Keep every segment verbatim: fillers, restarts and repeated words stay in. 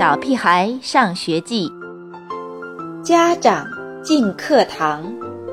小屁孩上学记》， 家长进课堂。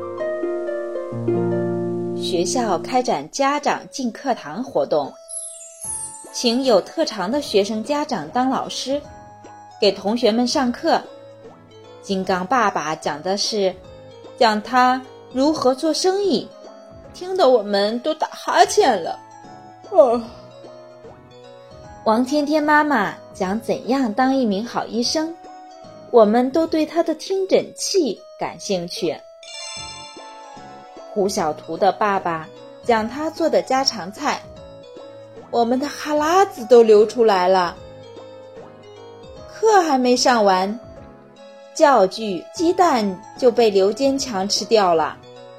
学校开展家长进课堂活动，请有特长的学生家长当老师，给同学们上课。金刚爸爸讲的是讲他如何做生意，听得我们都打哈欠了。哦。王天天妈妈讲怎样当一名好医生，我们都对她的听诊器感兴趣。胡小图的爸爸讲他做的家常菜，我们的哈喇子都流出来了。课还没上完，教具鸡蛋就被刘坚强吃掉了。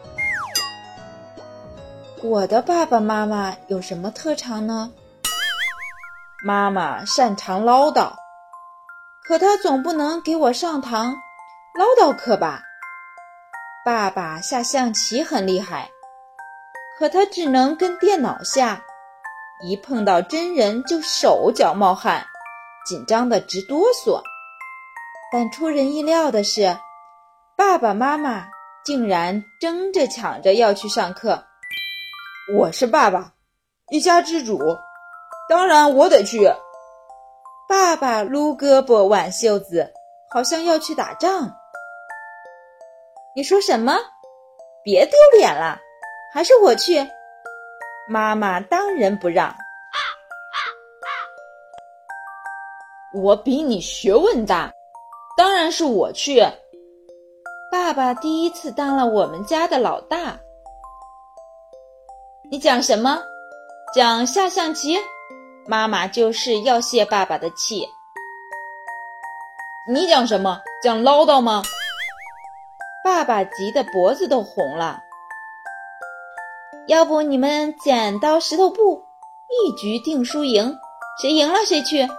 我的爸爸妈妈有什么特长呢？妈妈擅长唠叨，可她总不能给我上堂唠叨课吧。爸爸下象棋很厉害，可他只能跟电脑下，一碰到真人就手脚冒汗，紧张得直哆嗦。但出人意料的是，爸爸妈妈竟然争着抢着要去上课。我是爸爸，一家之主，当然我得去。爸爸撸胳膊挽袖子，好像要去打仗。你说什么？别丢脸了，还是我去。妈妈当仁不让。我比你学问大，当然是我去。爸爸第一次当了我们家的老大。你讲什么？讲下象棋？妈妈就是要泄爸爸的气。你讲什么？讲唠叨吗？爸爸急得脖子都红了。要不你们剪刀石头布，一局定输赢，谁赢了谁去。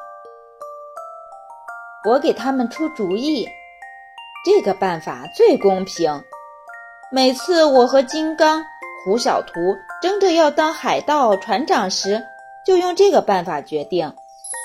我给他们出主意，这个办法最公平。每次我和金刚、胡小图争着要当海盗船长时，就用这个办法决定。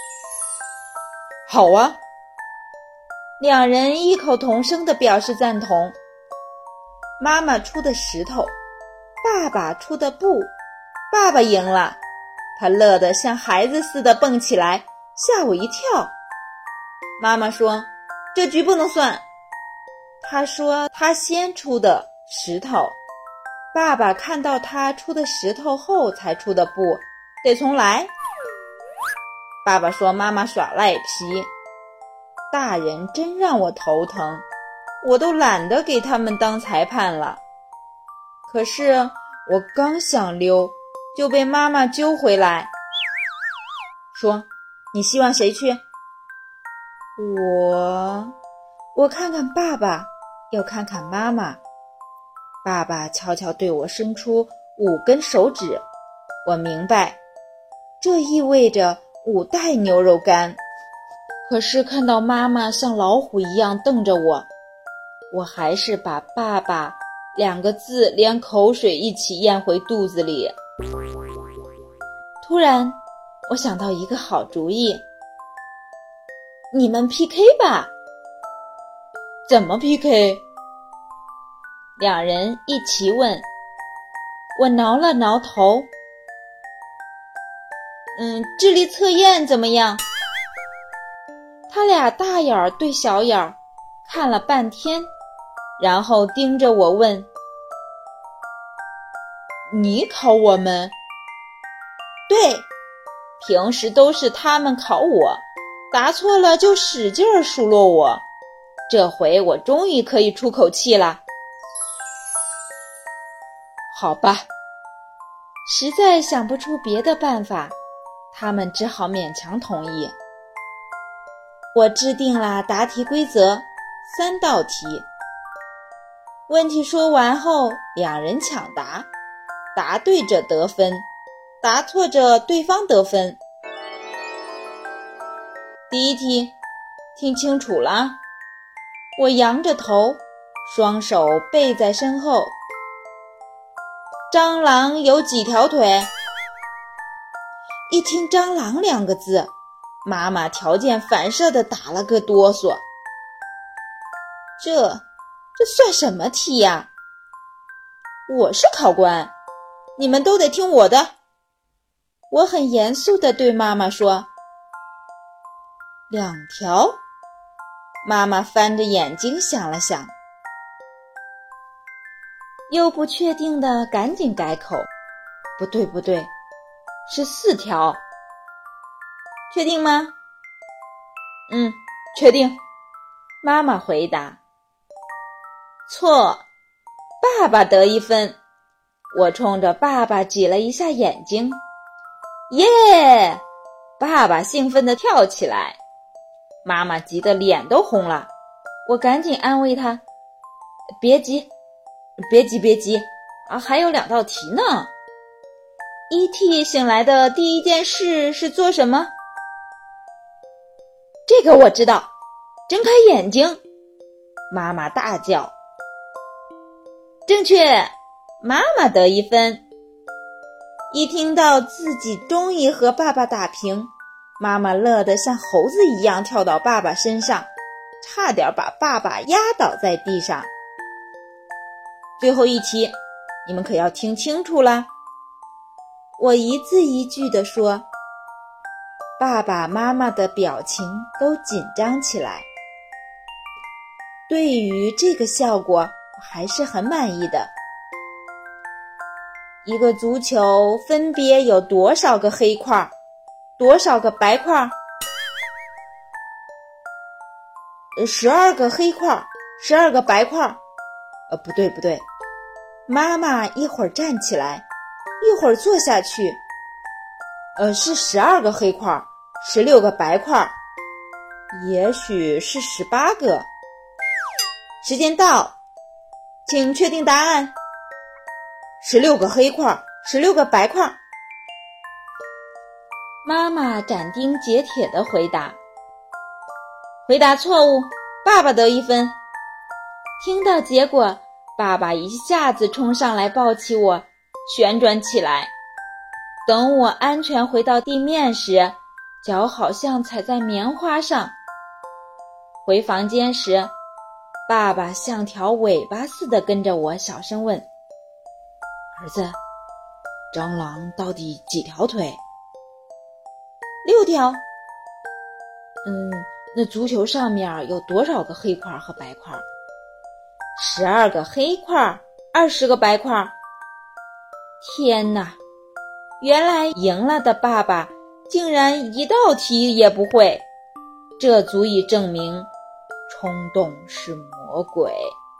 好啊！两人异口同声地表示赞同。妈妈出的石头，爸爸出的布，爸爸赢了，他乐得像孩子似的蹦起来，吓我一跳。妈妈说这局不能算。他说他先出的石头，爸爸看到他出的石头后才出的布，得重来。爸爸说妈妈耍赖皮。大人真让我头疼，我都懒得给他们当裁判了。可是我刚想溜，就被妈妈揪回来，说你希望谁去？我我看看爸爸，又看看妈妈。爸爸悄悄对我伸出五根手指，我明白，这意味着五袋牛肉干。可是看到妈妈像老虎一样瞪着我，我还是把爸爸两个字连口水一起咽回肚子里。突然我想到一个好主意，你们 P K 吧。怎么 P K？ 两人一齐问。我挠了挠头。嗯，智力测验怎么样？他俩大眼儿对小眼儿看了半天，然后盯着我问，你考我们？对，平时都是他们考我，答错了就使劲儿数落我，这回我终于可以出口气了。好吧，实在想不出别的办法，他们只好勉强同意。我制定了答题规则，三道题。问题说完后，两人抢答，答对者得分，答错者对方得分。第一题，听清楚了。我仰着头，双手背在身后。蟑螂有几条腿？一听蟑螂两个字， 妈妈条件反射地打了个哆嗦。这这算什么题呀？我是考官，你们都得听我的。我很严肃地对妈妈说。两条？妈妈翻着眼睛想了想，又不确定地赶紧改口。不对不对，是四条。确定吗？嗯，确定。妈妈回答。错，爸爸得一分。我冲着爸爸挤了一下眼睛。耶！爸爸兴奋地跳起来。妈妈急得脸都红了。我赶紧安慰她，别急别急别急啊，还有两道题呢。E T 醒来的第一件事是做什么？这个我知道，睁开眼睛。妈妈大叫。正确，妈妈得一分。一听到自己终于和爸爸打平，妈妈乐得像猴子一样跳到爸爸身上，差点把爸爸压倒在地上。最后一题，你们可要听清楚了。我一字一句地说，爸爸妈妈的表情都紧张起来。对于这个效果，我还是很满意的。一个足球分别有多少个黑块，多少个白块？十二个黑块，十二个白块。呃，不对不对，妈妈一会儿站起来，一会儿坐下去。呃，是十二个黑块，十六个白块，也许是十八个。时间到，请确定答案。十六个黑块，十六个白块。妈妈斩钉截铁地回答。回答错误，爸爸得一分。听到结果，爸爸一下子冲上来抱起我，旋转起来。等我安全回到地面时，脚好像踩在棉花上。回房间时，爸爸像条尾巴似的跟着我，小声问：儿子，蟑螂到底几条腿？六条。嗯，那足球上面有多少个黑块和白块？十二个黑块，二十个白块。天哪，原来赢了的爸爸竟然一道题也不会，这足以证明冲动是魔鬼。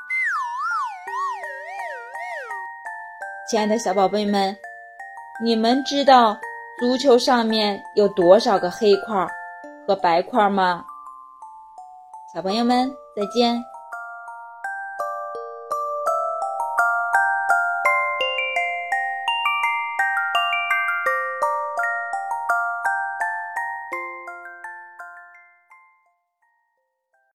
亲爱的小宝贝们，你们知道足球上面有多少个黑块和白块吗？小朋友们，再见。